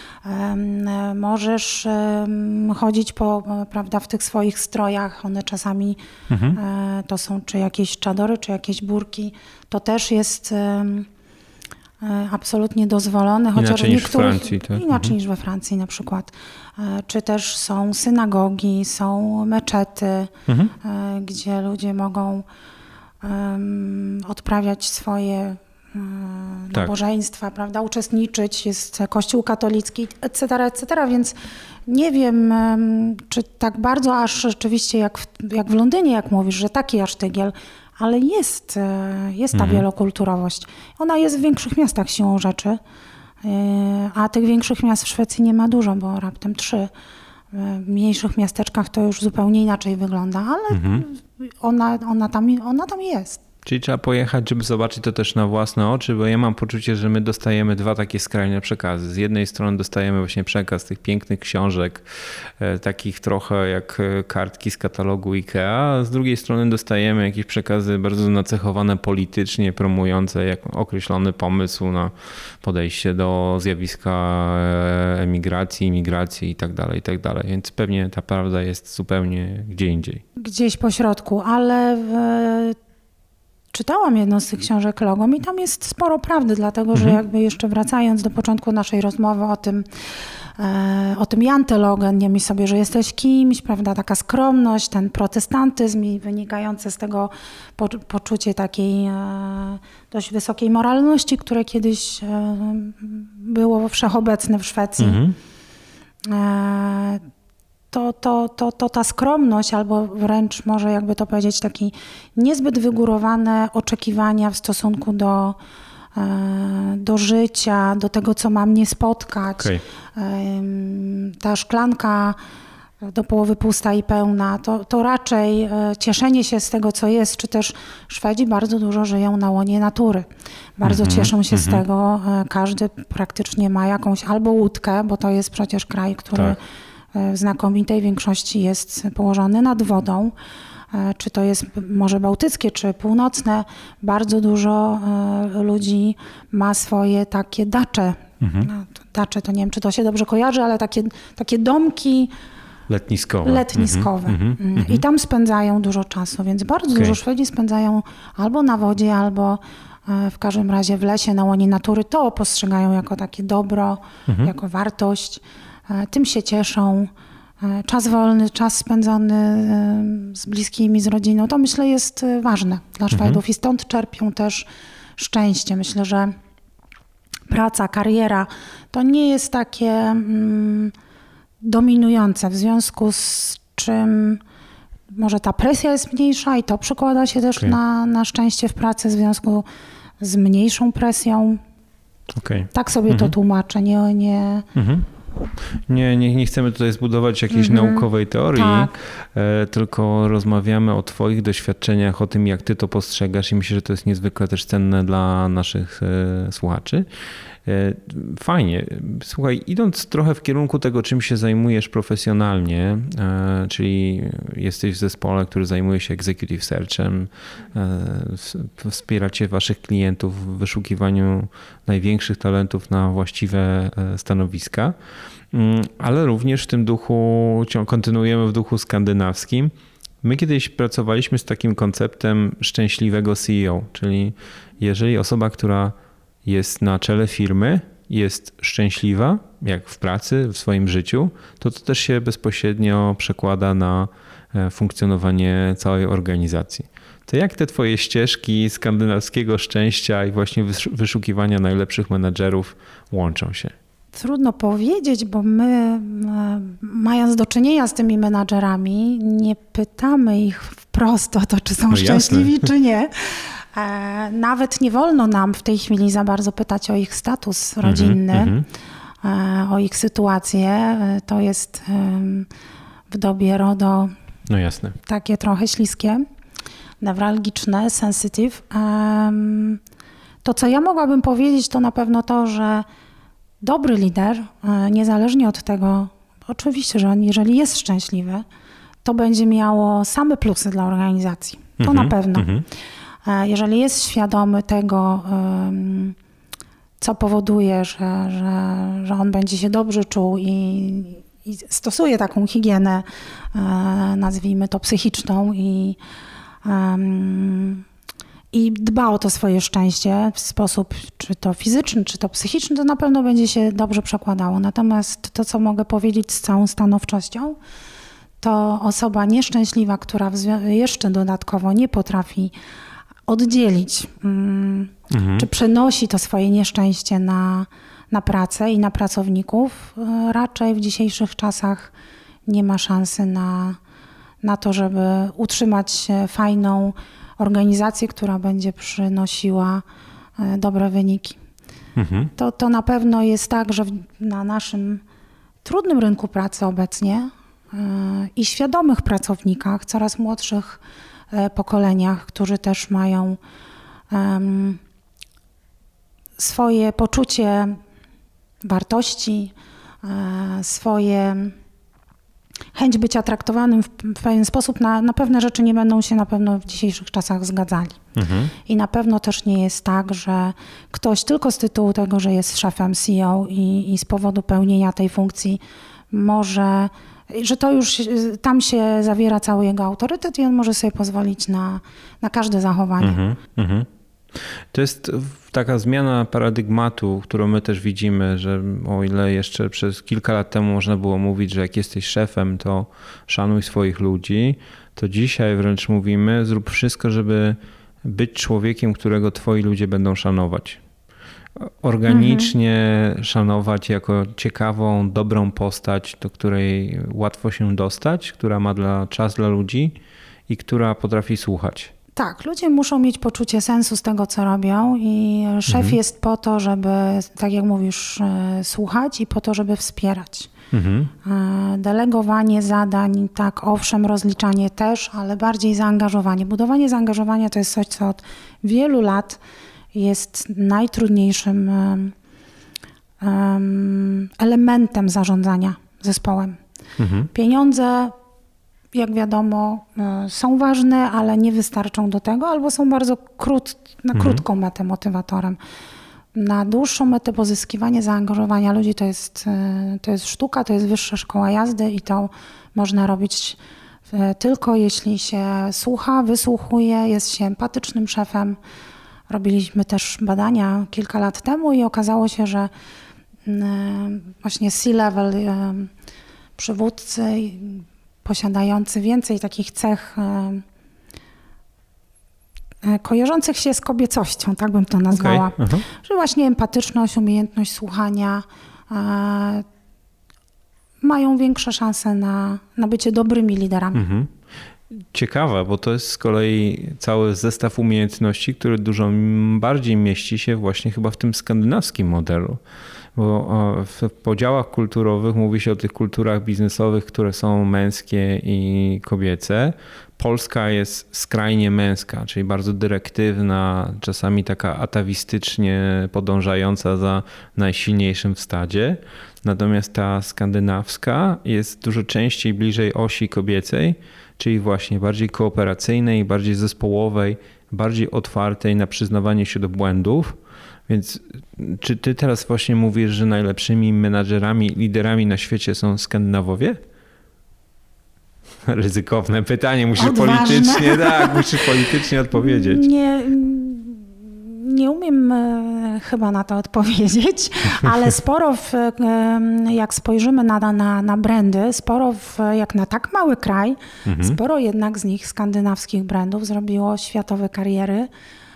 Speaker 5: Możesz chodzić po, prawda, w tych swoich strojach, one czasami mhm. to są czy jakieś czadory, czy jakieś burki. To też jest absolutnie dozwolone, chociaż
Speaker 3: inaczej
Speaker 5: w
Speaker 3: niektórych,
Speaker 5: niż w Francji, tak? Inaczej mhm. niż we Francji na przykład. Czy też są synagogi, są meczety, mhm. gdzie ludzie mogą um, odprawiać swoje um, tak. nabożeństwa, prawda, uczestniczyć, jest kościół katolicki, et cetera, et cetera, więc nie wiem, um, czy tak bardzo aż rzeczywiście jak w, jak w Londynie, jak mówisz, że taki aż tygiel, ale jest, jest ta mhm. wielokulturowość. Ona jest w większych miastach siłą rzeczy, a tych większych miast w Szwecji nie ma dużo, bo raptem trzy. W mniejszych miasteczkach to już zupełnie inaczej wygląda, ale mhm. ona, ona, tam, ona tam jest.
Speaker 3: Czyli trzeba pojechać, żeby zobaczyć to też na własne oczy, bo ja mam poczucie, że my dostajemy dwa takie skrajne przekazy. Z jednej strony dostajemy właśnie przekaz tych pięknych książek, e, takich trochę jak kartki z katalogu Ikea, a z drugiej strony dostajemy jakieś przekazy bardzo nacechowane politycznie, promujące jak określony pomysł na podejście do zjawiska emigracji, imigracji i tak dalej, i tak dalej. Więc pewnie ta prawda jest zupełnie gdzie indziej.
Speaker 5: Gdzieś po środku, ale w... Czytałam jedną z tych książek Logom i tam jest sporo prawdy, dlatego mhm. że jakby jeszcze wracając do początku naszej rozmowy o tym, e, o tym jantelogen, nie myśl sobie, że jesteś kimś, prawda, taka skromność, ten protestantyzm i wynikające z tego po, poczucie takiej e, dość wysokiej moralności, które kiedyś e, było wszechobecne w Szwecji. Mhm. E, To, to, to, to ta skromność, albo wręcz może jakby to powiedzieć, takie niezbyt wygórowane oczekiwania w stosunku do, do życia, do tego, co ma mnie spotkać. Okay. Ta szklanka do połowy pusta i pełna, to, to raczej cieszenie się z tego, co jest, czy też Szwedzi bardzo dużo żyją na łonie natury. Bardzo mm-hmm, cieszą się mm-hmm. z tego. Każdy praktycznie ma jakąś albo łódkę, bo to jest przecież kraj, który tak. w znakomitej większości jest położony nad wodą. Czy to jest Morze Bałtyckie, czy północne. Bardzo dużo ludzi ma swoje takie dacze. Mhm. No, dacze to nie wiem, czy to się dobrze kojarzy, ale takie, takie domki
Speaker 3: letniskowe.
Speaker 5: letniskowe.
Speaker 3: Mhm, mhm,
Speaker 5: I tam spędzają dużo czasu, więc bardzo okay. dużo Szwedzi spędzają albo na wodzie, albo w każdym razie w lesie, na łonie natury. To postrzegają jako takie dobro, mhm. jako wartość. Tym się cieszą. Czas wolny, czas spędzony z bliskimi, z rodziną, to myślę jest ważne dla Szwedów mhm. i stąd czerpią też szczęście. Myślę, że praca, kariera to nie jest takie mm, dominujące, w związku z czym może ta presja jest mniejsza i to przekłada się też okay. na, na szczęście w pracy w związku z mniejszą presją. Okay. Tak sobie mhm. to tłumaczę, nie... nie
Speaker 3: mhm. Nie, nie, nie chcemy tutaj zbudować jakiejś mm-hmm. naukowej teorii, tak. e, tylko rozmawiamy o twoich doświadczeniach, o tym, jak ty to postrzegasz i myślę, że to jest niezwykle też cenne dla naszych e, słuchaczy. E, fajnie. Słuchaj, idąc trochę w kierunku tego, czym się zajmujesz profesjonalnie, e, czyli jesteś w zespole, który zajmuje się executive searchem, e, wspieracie waszych klientów w wyszukiwaniu największych talentów na właściwe stanowiska, ale również w tym duchu, kontynuujemy w duchu skandynawskim. My kiedyś pracowaliśmy z takim konceptem szczęśliwego C E O, czyli jeżeli osoba, która jest na czele firmy, jest szczęśliwa, jak w pracy, w swoim życiu, to to też się bezpośrednio przekłada na funkcjonowanie całej organizacji. To jak te twoje ścieżki skandynawskiego szczęścia i właśnie wyszukiwania najlepszych menadżerów łączą się?
Speaker 5: Trudno powiedzieć, bo my, mając do czynienia z tymi menadżerami, nie pytamy ich wprost o to, czy są no szczęśliwi, jasne. czy nie. Nawet nie wolno nam w tej chwili za bardzo pytać o ich status rodzinny, mm-hmm. o ich sytuację. To jest w dobie RODO
Speaker 3: no jasne.
Speaker 5: takie trochę śliskie, newralgiczne, sensitive. To, co ja mogłabym powiedzieć, to na pewno to, że dobry lider, niezależnie od tego, oczywiście, że on, jeżeli jest szczęśliwy, to będzie miało same plusy dla organizacji. To mm-hmm, na pewno. Mm-hmm. Jeżeli jest świadomy tego, co powoduje, że, że, że on będzie się dobrze czuł i, i stosuje taką higienę, nazwijmy to psychiczną i, i dba o to swoje szczęście w sposób czy to fizyczny, czy to psychiczny, to na pewno będzie się dobrze przekładało. Natomiast to, co mogę powiedzieć z całą stanowczością, to osoba nieszczęśliwa, która jeszcze dodatkowo nie potrafi oddzielić, mm, mhm. czy przenosi to swoje nieszczęście na, na pracę i na pracowników, raczej w dzisiejszych czasach nie ma szansy na, na to, żeby utrzymać fajną organizację, która będzie przynosiła dobre wyniki. Mhm. To, to na pewno jest tak, że na naszym trudnym rynku pracy obecnie yy, i świadomych pracownikach, coraz młodszych pokoleniach, którzy też mają um, swoje poczucie wartości, e, swoje chęć bycia traktowanym w, w pewien sposób, na, na pewne rzeczy nie będą się na pewno w dzisiejszych czasach zgadzali. Mhm. I na pewno też nie jest tak, że ktoś tylko z tytułu tego, że jest szefem C E O i, i z powodu pełnienia tej funkcji może, że to już tam się zawiera cały jego autorytet i on może sobie pozwolić na, na każde zachowanie. Mhm, mhm.
Speaker 3: To jest taka zmiana paradygmatu, którą my też widzimy, że o ile jeszcze przez kilka lat temu można było mówić, że jak jesteś szefem, to szanuj swoich ludzi, to dzisiaj wręcz mówimy, zrób wszystko, żeby być człowiekiem, którego twoi ludzie będą szanować. Organicznie mhm. szanować jako ciekawą, dobrą postać, do której łatwo się dostać, która ma dla, czas dla ludzi i która potrafi słuchać.
Speaker 5: Tak, ludzie muszą mieć poczucie sensu z tego, co robią i szef mhm. jest po to, żeby, tak jak mówisz, słuchać i po to, żeby wspierać. Mhm. Delegowanie zadań, tak, owszem, rozliczanie też, ale bardziej zaangażowanie. Budowanie zaangażowania to jest coś, co od wielu lat jest najtrudniejszym um, elementem zarządzania zespołem. Mhm. Pieniądze, jak wiadomo, są ważne, ale nie wystarczą do tego, albo są bardzo krót, na mhm. krótką metę motywatorem. Na dłuższą metę pozyskiwanie zaangażowania ludzi to jest, to jest sztuka, to jest wyższa szkoła jazdy i to można robić tylko jeśli się słucha, wysłuchuje, jest się empatycznym szefem. Robiliśmy też badania kilka lat temu i okazało się, że właśnie C-level przywódcy posiadający więcej takich cech kojarzących się z kobiecością, tak bym to nazwała. Okay. Uh-huh. Że właśnie empatyczność, umiejętność słuchania e, mają większe szanse na, na bycie dobrymi liderami. Uh-huh.
Speaker 3: Ciekawe, bo to jest z kolei cały zestaw umiejętności, który dużo bardziej mieści się właśnie chyba w tym skandynawskim modelu. Bo w podziałach kulturowych mówi się o tych kulturach biznesowych, które są męskie i kobiece. Polska jest skrajnie męska, czyli bardzo dyrektywna, czasami taka atawistycznie podążająca za najsilniejszym w stadzie. Natomiast ta skandynawska jest dużo częściej bliżej osi kobiecej, czyli właśnie bardziej kooperacyjnej, bardziej zespołowej, bardziej otwartej na przyznawanie się do błędów. Więc czy ty teraz właśnie mówisz, że najlepszymi menadżerami, liderami na świecie są Skandynawowie? Ryzykowne pytanie, musisz
Speaker 5: Odważne. politycznie,
Speaker 3: tak, musisz politycznie odpowiedzieć.
Speaker 5: Nie, nie umiem chyba na to odpowiedzieć, ale sporo, w, jak spojrzymy na, na, na brandy, sporo w, jak na tak mały kraj, mhm. sporo jednak z nich skandynawskich brandów zrobiło światowe kariery.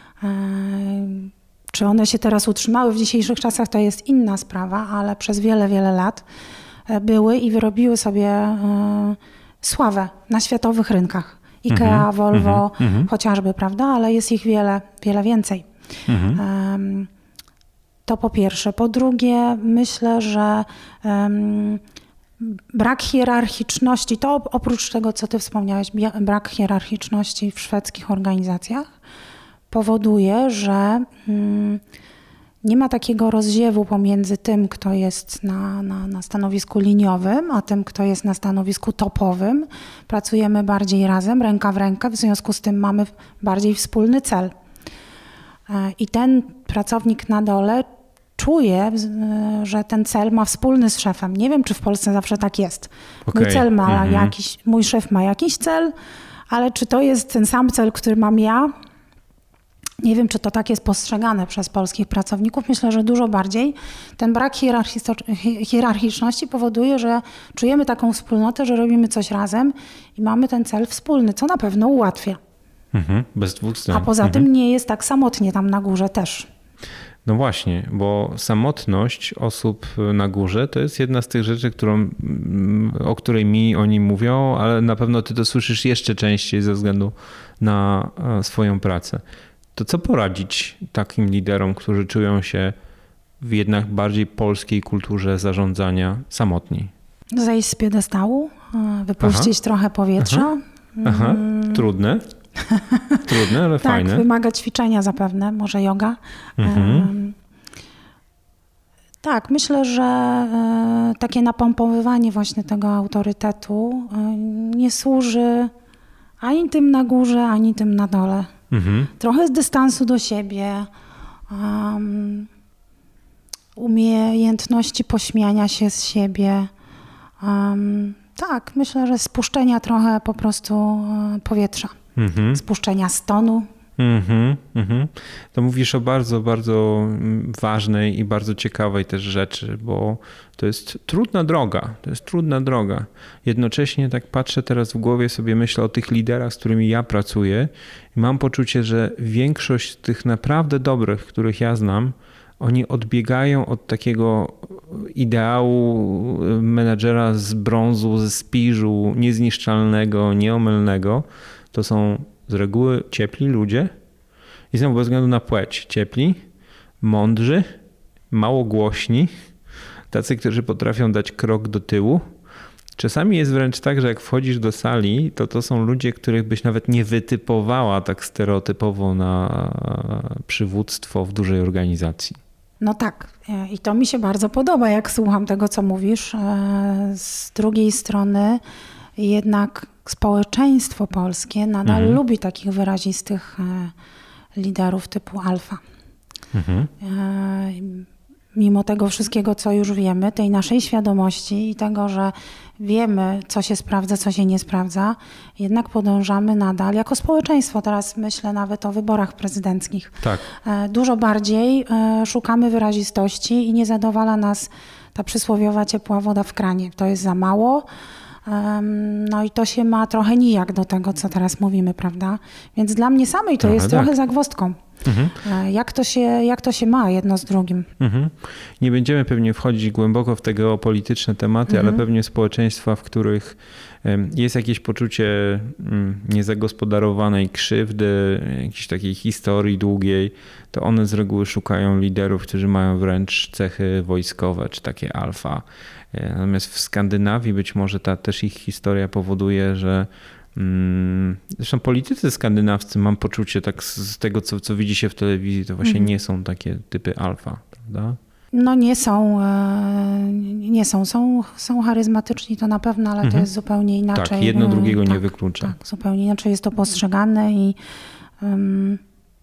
Speaker 5: Czy one się teraz utrzymały w dzisiejszych czasach, to jest inna sprawa, ale przez wiele, wiele lat były i wyrobiły sobie sławę na światowych rynkach. IKEA, mm-hmm, Volvo, mm-hmm. chociażby, prawda? Ale jest ich wiele, wiele więcej. Mm-hmm. Um, to po pierwsze. Po drugie, myślę, że um, brak hierarchiczności, to oprócz tego, co ty wspomniałeś, brak hierarchiczności w szwedzkich organizacjach powoduje, że um, nie ma takiego rozziewu pomiędzy tym, kto jest na, na, na stanowisku liniowym, a tym, kto jest na stanowisku topowym. Pracujemy bardziej razem, ręka w rękę, w związku z tym mamy bardziej wspólny cel. I ten pracownik na dole czuje, że ten cel ma wspólny z szefem. Nie wiem, czy w Polsce zawsze tak jest. Okay. Mój cel ma mm-hmm. jakiś, mój szef ma jakiś cel, ale czy to jest ten sam cel, który mam ja? Nie wiem, czy to tak jest postrzegane przez polskich pracowników. Myślę, że dużo bardziej. Ten brak hierarchiczności powoduje, że czujemy taką wspólnotę, że robimy coś razem i mamy ten cel wspólny, co na pewno ułatwia.
Speaker 3: Mhm, bez dwóch stron.
Speaker 5: A poza mhm. tym nie jest tak samotnie tam na górze też.
Speaker 3: No właśnie, bo samotność osób na górze to jest jedna z tych rzeczy, którą, o której mi oni mówią, ale na pewno ty to słyszysz jeszcze częściej ze względu na swoją pracę. To co poradzić takim liderom, którzy czują się w jednak bardziej polskiej kulturze zarządzania samotni?
Speaker 5: Zejść z piedestału, wypuścić Aha. trochę powietrza.
Speaker 3: Aha, Aha. trudne. Trudne, ale
Speaker 5: tak,
Speaker 3: fajne.
Speaker 5: Tak, wymaga ćwiczenia zapewne, może yoga. Mhm. Um, tak, myślę, że e, takie napompowywanie właśnie tego autorytetu e, nie służy ani tym na górze, ani tym na dole. Mhm. Trochę z dystansu do siebie, um, umiejętności pośmiania się z siebie. Um, tak, myślę, że spuszczenia trochę po prostu powietrza. Mhm. Spuszczenia stonu.
Speaker 3: Mhm, mhm. To mówisz o bardzo, bardzo ważnej i bardzo ciekawej też rzeczy, bo to jest trudna droga, to jest trudna droga. Jednocześnie tak patrzę teraz w głowie, sobie myślę o tych liderach, z którymi ja pracuję i mam poczucie, że większość tych naprawdę dobrych, których ja znam, oni odbiegają od takiego ideału menadżera z brązu, ze spiżu, niezniszczalnego, nieomylnego. To są z reguły ciepli ludzie i znowu bez względu na płeć. Ciepli, mądrzy, mało głośni, tacy, którzy potrafią dać krok do tyłu. Czasami jest wręcz tak, że jak wchodzisz do sali, to to są ludzie, których byś nawet nie wytypowała tak stereotypowo na przywództwo w dużej organizacji.
Speaker 5: No tak, i to mi się bardzo podoba, jak słucham tego, co mówisz. Z drugiej strony jednak społeczeństwo polskie nadal mhm. lubi takich wyrazistych liderów typu alfa. Mhm. Mimo tego wszystkiego, co już wiemy, tej naszej świadomości i tego, że wiemy, co się sprawdza, co się nie sprawdza, jednak podążamy nadal jako społeczeństwo. Teraz myślę nawet o wyborach prezydenckich.
Speaker 3: Tak.
Speaker 5: Dużo bardziej szukamy wyrazistości i nie zadowala nas ta przysłowiowa ciepła woda w kranie. To jest za mało. No i to się ma trochę nijak do tego, co teraz mówimy, prawda? Więc dla mnie samej to
Speaker 3: trochę
Speaker 5: jest
Speaker 3: tak.
Speaker 5: trochę zagwozdką. Mhm. Jak to się, jak to się ma jedno z drugim.
Speaker 3: Mhm. Nie będziemy pewnie wchodzić głęboko w te geopolityczne tematy, mhm. ale pewnie społeczeństwa, w których jest jakieś poczucie niezagospodarowanej krzywdy, jakiejś takiej historii długiej, to one z reguły szukają liderów, którzy mają wręcz cechy wojskowe, czy takie alfa. Natomiast w Skandynawii być może ta też ich historia powoduje, że zresztą politycy skandynawscy, mam poczucie tak z tego, co, co widzi się w telewizji, to właśnie mhm. nie są takie typy alfa, prawda?
Speaker 5: No nie są, nie są, są, są charyzmatyczni to na pewno, ale mhm. to jest zupełnie inaczej.
Speaker 3: Tak, jedno drugiego
Speaker 5: tak,
Speaker 3: nie wyklucza.
Speaker 5: Tak, zupełnie inaczej jest to postrzegane i um,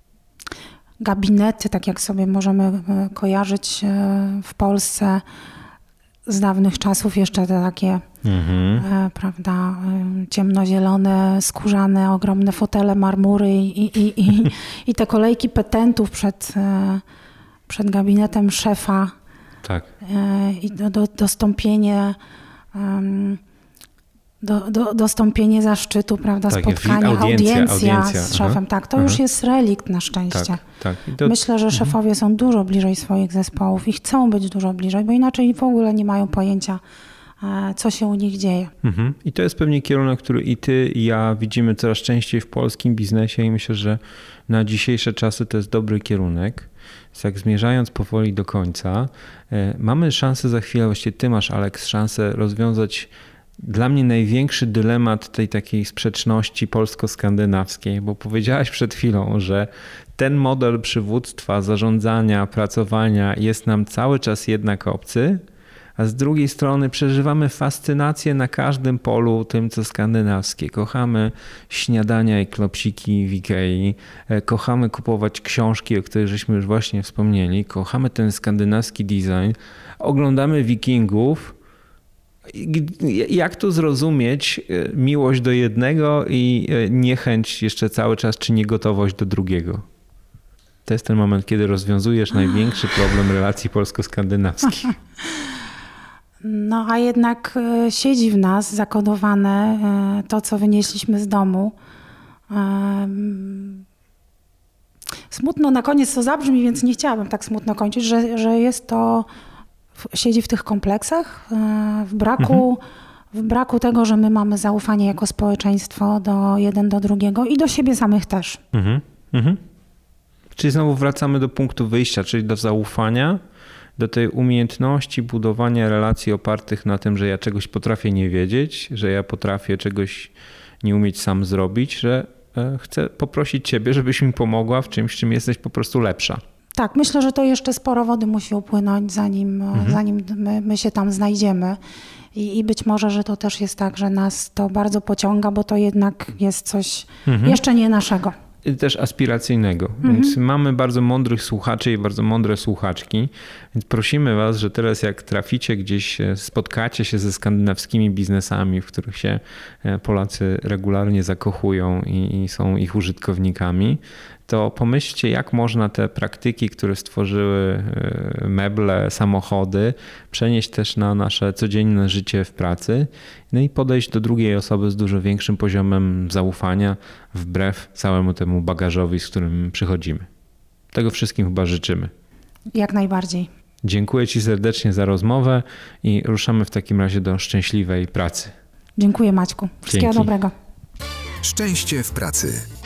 Speaker 5: gabinety, tak jak sobie możemy kojarzyć w Polsce z dawnych czasów, jeszcze te takie mhm. e, prawda, ciemnozielone, skórzane, ogromne fotele, marmury i, i, i, i te kolejki petentów przed, e, przed gabinetem szefa.
Speaker 3: Tak.
Speaker 5: E, I do, do, dostąpienie um, do, do, dostąpienie zaszczytu, prawda,
Speaker 3: tak,
Speaker 5: spotkania,
Speaker 3: audiencja,
Speaker 5: audiencja,
Speaker 3: audiencja
Speaker 5: z szefem.
Speaker 3: Aha.
Speaker 5: Tak, to
Speaker 3: Aha.
Speaker 5: już jest relikt na szczęście.
Speaker 3: Tak, tak. I to...
Speaker 5: Myślę, że szefowie mhm. są dużo bliżej swoich zespołów i chcą być dużo bliżej, bo inaczej w ogóle nie mają pojęcia, co się u nich dzieje.
Speaker 3: Mhm. I to jest pewnie kierunek, który i ty, i ja widzimy coraz częściej w polskim biznesie i myślę, że na dzisiejsze czasy to jest dobry kierunek. Więc jak zmierzając powoli do końca, mamy szansę za chwilę, właściwie ty masz, Aleks, szansę rozwiązać dla mnie największy dylemat tej takiej sprzeczności polsko-skandynawskiej, bo powiedziałaś przed chwilą, że ten model przywództwa, zarządzania, pracowania jest nam cały czas jednak obcy, a z drugiej strony przeżywamy fascynację na każdym polu tym, co skandynawskie. Kochamy śniadania i klopsiki w Ikei, kochamy kupować książki, o których żeśmy już właśnie wspomnieli, kochamy ten skandynawski design, oglądamy Wikingów. Jak tu zrozumieć miłość do jednego i niechęć jeszcze cały czas, czy niegotowość do drugiego? To jest ten moment, kiedy rozwiązujesz największy problem relacji polsko-skandynawskich.
Speaker 5: No a jednak siedzi w nas zakodowane to, co wynieśliśmy z domu. Smutno na koniec to zabrzmi, więc nie chciałabym tak smutno kończyć, że, że jest to, siedzi w tych kompleksach, w braku, mhm. w braku tego, że my mamy zaufanie jako społeczeństwo do jeden do drugiego i do siebie samych też.
Speaker 3: Mhm. Mhm. Czyli znowu wracamy do punktu wyjścia, czyli do zaufania, do tej umiejętności budowania relacji opartych na tym, że ja czegoś potrafię nie wiedzieć, że ja potrafię czegoś nie umieć sam zrobić, że chcę poprosić ciebie, żebyś mi pomogła w czymś, czym jesteś po prostu lepsza.
Speaker 5: Tak, myślę, że to jeszcze sporo wody musi upłynąć, zanim, mhm. zanim my, my się tam znajdziemy. I, I być może, że to też jest tak, że nas to bardzo pociąga, bo to jednak jest coś mhm. jeszcze nie naszego.
Speaker 3: Też aspiracyjnego.
Speaker 5: Mhm.
Speaker 3: Więc mamy bardzo mądrych słuchaczy i bardzo mądre słuchaczki. Więc prosimy was, że teraz jak traficie gdzieś, spotkacie się ze skandynawskimi biznesami, w których się Polacy regularnie zakochują i, i są ich użytkownikami, to pomyślcie, jak można te praktyki, które stworzyły meble, samochody, przenieść też na nasze codzienne życie w pracy, no i podejść do drugiej osoby z dużo większym poziomem zaufania, wbrew całemu temu bagażowi, z którym przychodzimy. Tego wszystkim chyba życzymy.
Speaker 5: Jak najbardziej.
Speaker 3: Dziękuję ci serdecznie za rozmowę i ruszamy w takim razie do szczęśliwej pracy.
Speaker 5: Dziękuję, Maćku. Wszystkiego
Speaker 3: Dzięki.
Speaker 5: dobrego.
Speaker 2: Szczęście w pracy.